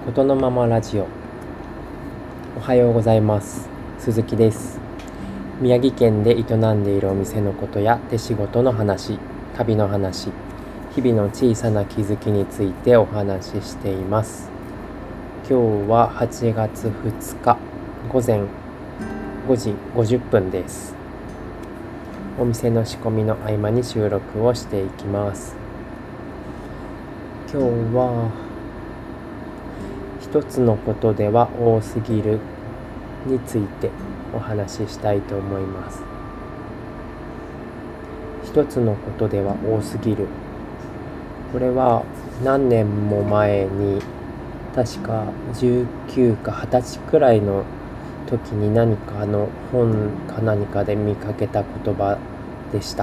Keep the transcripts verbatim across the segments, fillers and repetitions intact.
ことのままラジオ。おはようございます。鈴木です。宮城県で営んでいるお店のことや手仕事の話、旅の話、日々の小さな気づきについてお話ししています。今日ははちがつふつか午前ごじごじゅっぷんです。お店の仕込みの合間に収録をしていきます。今日は一つのことでは多すぎるについてお話ししたいと思います。一つのことでは多すぎる。これは何年も前に、確かじゅうきゅうかはたちくらいの時に何かの本か何かで見かけた言葉でした。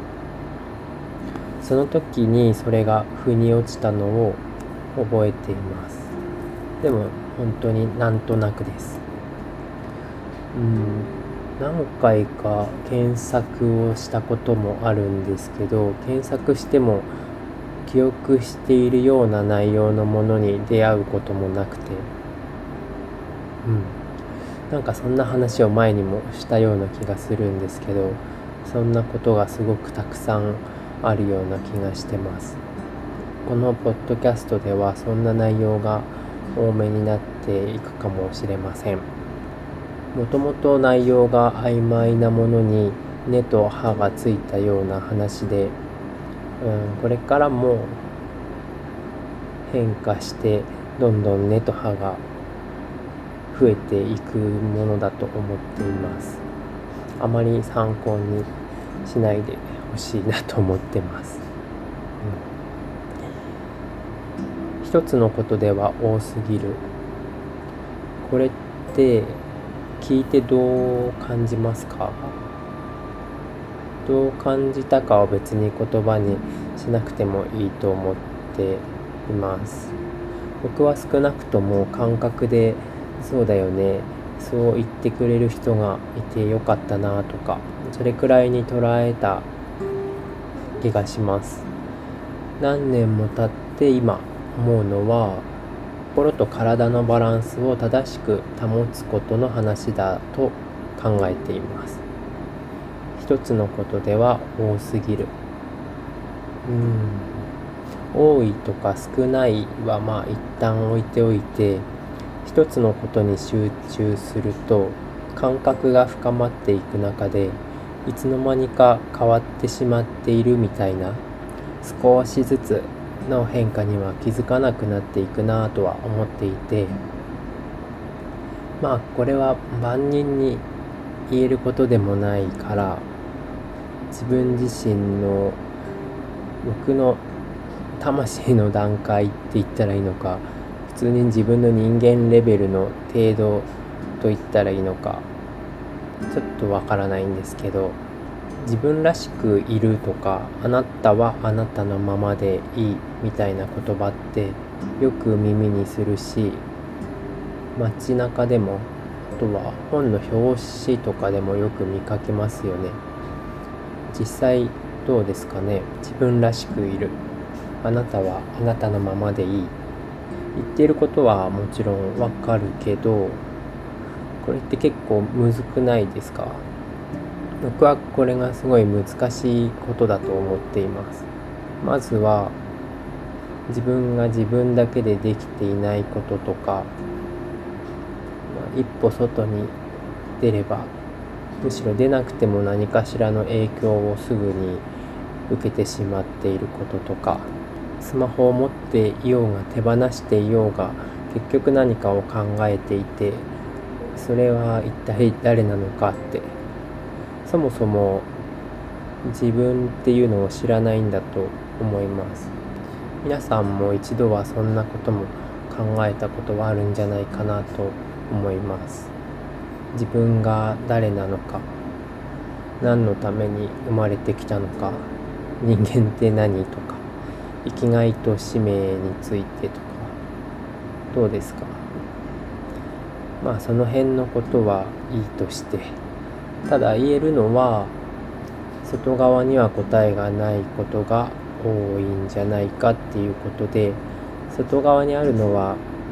その時にそれが腑に落ちたのを覚えています。でも本当になんとなくです。うん何回か検索をしたこともあるんですけど、検索しても記憶しているような内容のものに出会うこともなくて、うんなんかそんな話を前にもしたような気がするんですけど、そんなことがすごくたくさんあるような気がしてます。このポッドキャストではそんな内容が多めになっていくかもしれません。もともと内容が曖昧なものに根と葉がついたような話で、うん、これからも変化してどんどん根と葉が増えていくものだと思っています。あまり参考にしないでほしいなと思ってます。うん、一つのことでは多すぎる。これって聞いてどう感じますか？どう感じたかは別に言葉にしなくてもいいと思っています。僕は少なくとも感覚でそうだよね、そう言ってくれる人がいてよかったなとか、それくらいに捉えた気がします。何年も経って今思うのは、心と体のバランスを正しく保つことの話だと考えています。一つのことでは多すぎる。うーん多いとか少ないはまあ一旦置いておいて、一つのことに集中すると感覚が深まっていく中で、いつの間にか変わってしまっているみたいな、少しずつの変化には気づかなくなっていくなぁとは思っていて、まあこれは万人に言えることでもないから、自分自身の僕の魂の段階って言ったらいいのか、普通に自分の人間レベルの程度と言ったらいいのか、ちょっとわからないんですけど、自分らしくいるとか、あなたはあなたのままでいいみたいな言葉ってよく耳にするし、街中でも、あとは本の表紙とかでもよく見かけますよね。実際どうですかね。自分らしくいる、あなたはあなたのままでいい、言っていることはもちろんわかるけど、これって結構むずくないですか？僕はこれがすごい難しいことだと思っています。まずは自分が自分だけでできていないこととか、まあ、一歩外に出れば、むしろ出なくても何かしらの影響をすぐに受けてしまっていることとか、スマホを持っていようが手放していようが結局何かを考えていて、それは一体誰なのかって、そもそも自分っていうのを知らないんだと思います。皆さんも一度はそんなことも考えたことはあるんじゃないかなと思います。自分が誰なのか、何のために生まれてきたのか、人間って何とか、生きがいと使命についてとか、どうですか？まあその辺のことはいいとして、ただ言えるのは、外側には答えがないことが多いんじゃないかっていうことで、外側にあるのは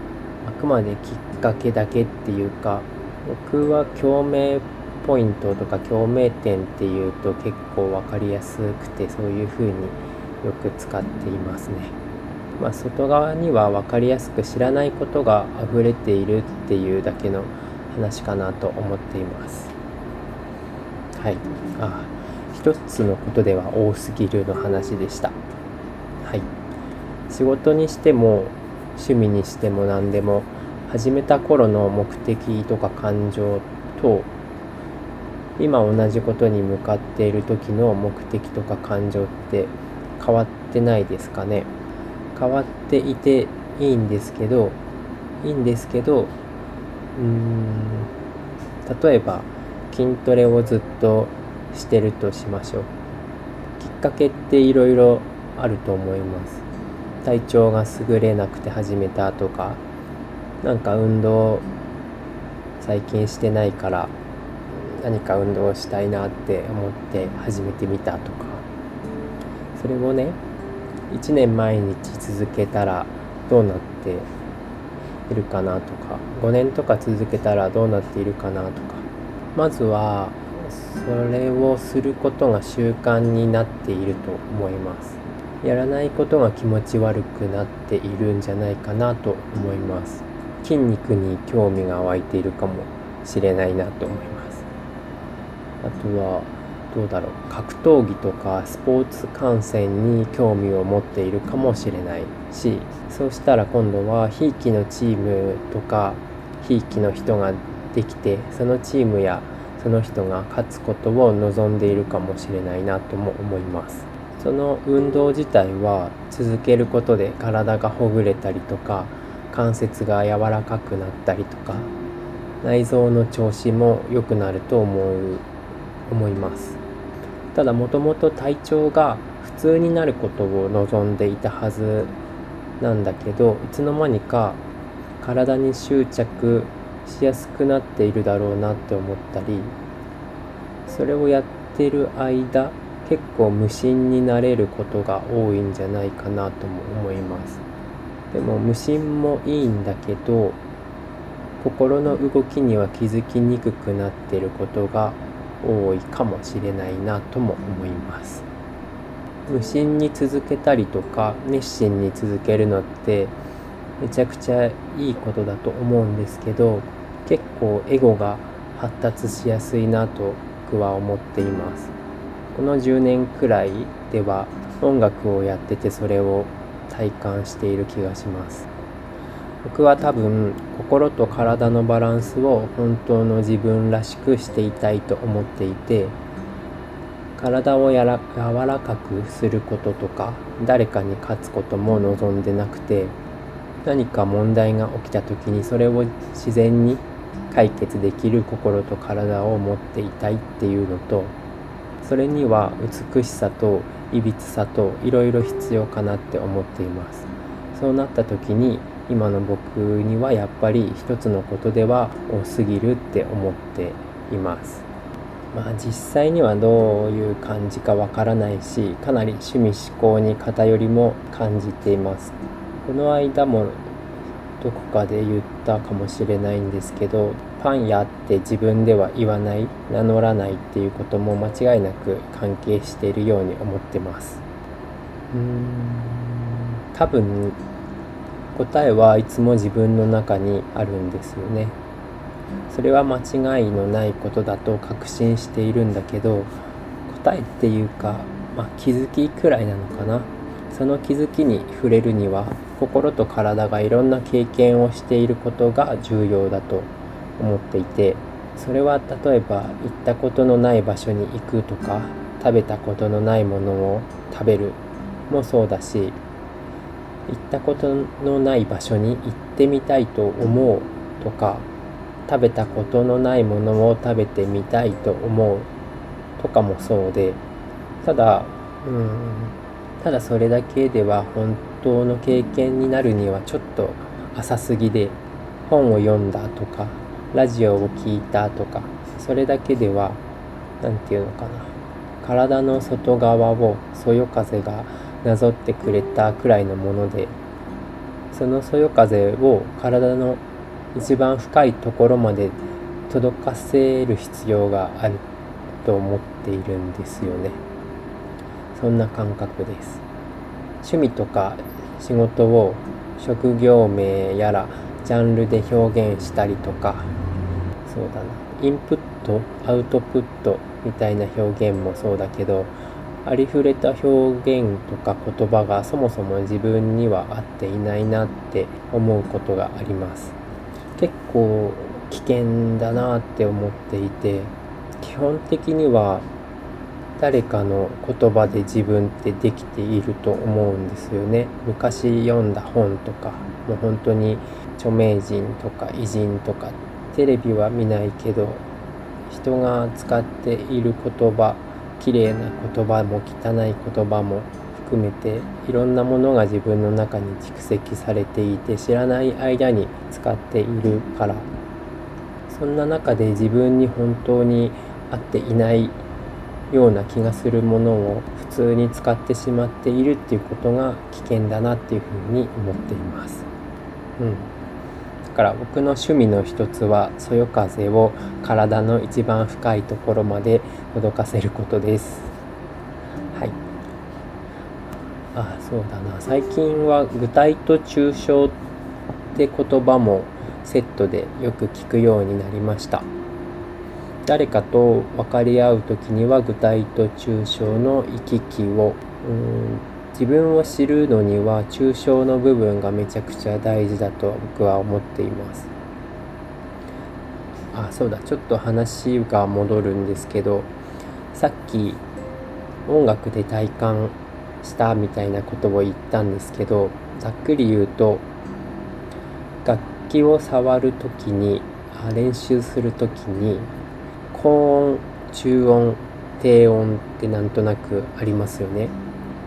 あくまできっかけだけっていうか、僕は共鳴ポイントとか共鳴点っていうと結構分かりやすくて、そういう風によく使っていますね。まあ外側には分かりやすく知らないことが溢れているっていうだけの話かなと思っています。はい。あ、一つのことでは多すぎるの話でした。はい。仕事にしても趣味にしても何でも、始めた頃の目的とか感情と今同じことに向かっている時の目的とか感情って変わってないですかね。変わっていていいんですけどいいんですけどうーん例えば筋トレをずっとしてるとしましょう。きっかけっていろいろあると思います。体調が優れなくて始めたとか、なんか運動最近してないから何か運動したいなって思って始めてみたとか、それをねいちねん毎日続けたらどうなっているかなとか、ごねんとか続けたらどうなっているかなとか、まずはそれをすることが習慣になっていると思います。やらないことが気持ち悪くなっているんじゃないかなと思います。筋肉に興味が湧いているかもしれないなと思います。あとはどうだろう、格闘技とかスポーツ観戦に興味を持っているかもしれないし、そうしたら今度はひいきのチームとかひいきの人ができて、そのチームやその人が勝つことを望んでいるかもしれないなとも思います。その運動自体は続けることで体がほぐれたりとか、関節が柔らかくなったりとか、内臓の調子も良くなると思う思います。ただもともと体調が普通になることを望んでいたはずなんだけど、いつの間にか体に執着しやすくなっているだろうなって思ったり、それをやってる間結構無心になれることが多いんじゃないかなとも思います。でも無心もいいんだけど、心の動きには気づきにくくなっていることが多いかもしれないなとも思います。無心に続けたりとか熱心に続けるのってめちゃくちゃいいことだと思うんですけど、結構エゴが発達しやすいなと僕は思っています。このじゅうねんくらいでは音楽をやっててそれを体感している気がします。僕は多分心と体のバランスを本当の自分らしくしていたいと思っていて、体をやら柔らかくすることとか誰かに勝つことも望んでなくて、何か問題が起きた時にそれを自然に解決できる心と体を持っていたいっていうのと、それには美しさといびつさといろいろ必要かなって思っています。そうなった時に今の僕にはやっぱり一つのことでは多すぎるって思っています。まあ実際にはどういう感じかわからないし、かなり趣味嗜好に偏りも感じています。この間もどこかで言ったかもしれないんですけど、パン屋って自分では言わない、名乗らないっていうことも間違いなく関係しているように思ってます。うーん多分答えはいつも自分の中にあるんですよね。それは間違いのないことだと確信しているんだけど、答えっていうか、まあ、気づきくらいなのかな。その気づきに触れるには心と体がいろんな経験をしていることが重要だと思っていて、それは例えば行ったことのない場所に行くとか、食べたことのないものを食べるもそうだし、行ったことのない場所に行ってみたいと思うとか、食べたことのないものを食べてみたいと思うとかもそうで、ただうーんただそれだけでは本当の経験になるにはちょっと浅すぎで、本を読んだとかラジオを聞いたとか、それだけではなんていうのかな、体の外側をそよ風がなぞってくれたくらいのもので、 そのそよ風を体の一番深いところまで届かせる必要があると思っているんですよね。そんな感覚です。趣味とか仕事を職業名やらジャンルで表現したりとか、そうだな、インプット、アウトプットみたいな表現もそうだけど、ありふれた表現とか言葉がそもそも自分には合っていないなって思うことがあります。結構危険だなって思っていて、基本的には誰かの言葉で自分ってできていると思うんですよね。昔読んだ本とか、もう本当に著名人とか偉人とか、テレビは見ないけど、人が使っている言葉、綺麗な言葉も汚い言葉も含めて、いろんなものが自分の中に蓄積されていて、知らない間に使っているから、そんな中で自分に本当に合っていないような気がするものを普通に使ってしまっているっていうことが危険だなっていうふうに思っています。うん。だから僕の趣味の一つはそよ風を体の一番深いところまで届かせることです。はい。あ、そうだな。最近は具体と抽象って言葉もセットでよく聞くようになりました。誰かと分かり合うときには具体と抽象の行き来を、うーん自分を知るのには抽象の部分がめちゃくちゃ大事だと僕は思っています。あ、そうだ、ちょっと話が戻るんですけど、さっき音楽で体感したみたいなことを言ったんですけど、ざっくり言うと、楽器を触るときに、あ練習するときに高音、中音、低音ってなんとなくありますよね。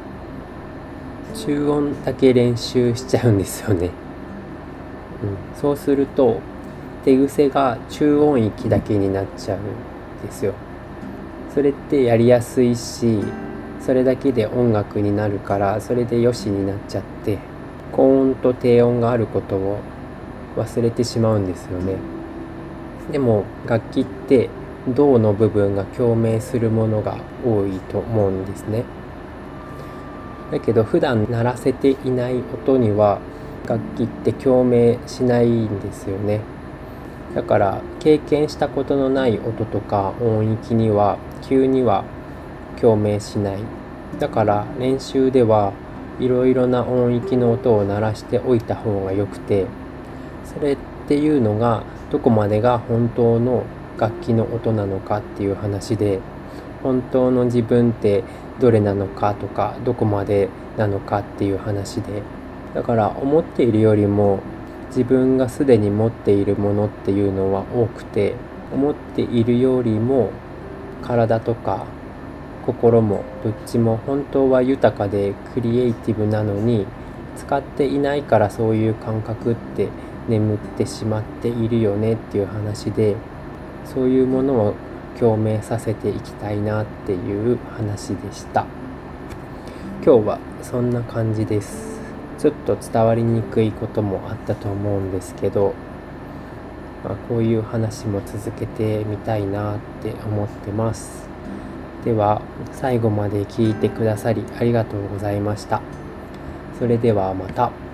中音だけ練習しちゃうんですよね。うん、そうすると手癖が中音域だけになっちゃうんですよ。それってやりやすいし、それだけで音楽になるから、それでよしになっちゃって、高音と低音があることを忘れてしまうんですよね。でも楽器って動の部分が共鳴するものが多いと思うんですね。だけど普段鳴らせていない音には楽器って共鳴しないんですよね。だから経験したことのない音とか音域には急には共鳴しない。だから練習ではいろいろな音域の音を鳴らしておいた方がよくて、それっていうのがどこまでが本当の楽器の音なのかっていう話で、本当の自分ってどれなのかとかどこまでなのかっていう話で、だから思っているよりも自分がすでに持っているものっていうのは多くて、思っているよりも体とか心もどっちも本当は豊かでクリエイティブなのに、使っていないからそういう感覚って眠ってしまっているよねっていう話で、そういうものを共鳴させていきたいなっていう話でした。今日はそんな感じです。ちょっと伝わりにくいこともあったと思うんですけど、まあ、こういう話も続けてみたいなって思ってます。では最後まで聞いてくださりありがとうございました。それではまた。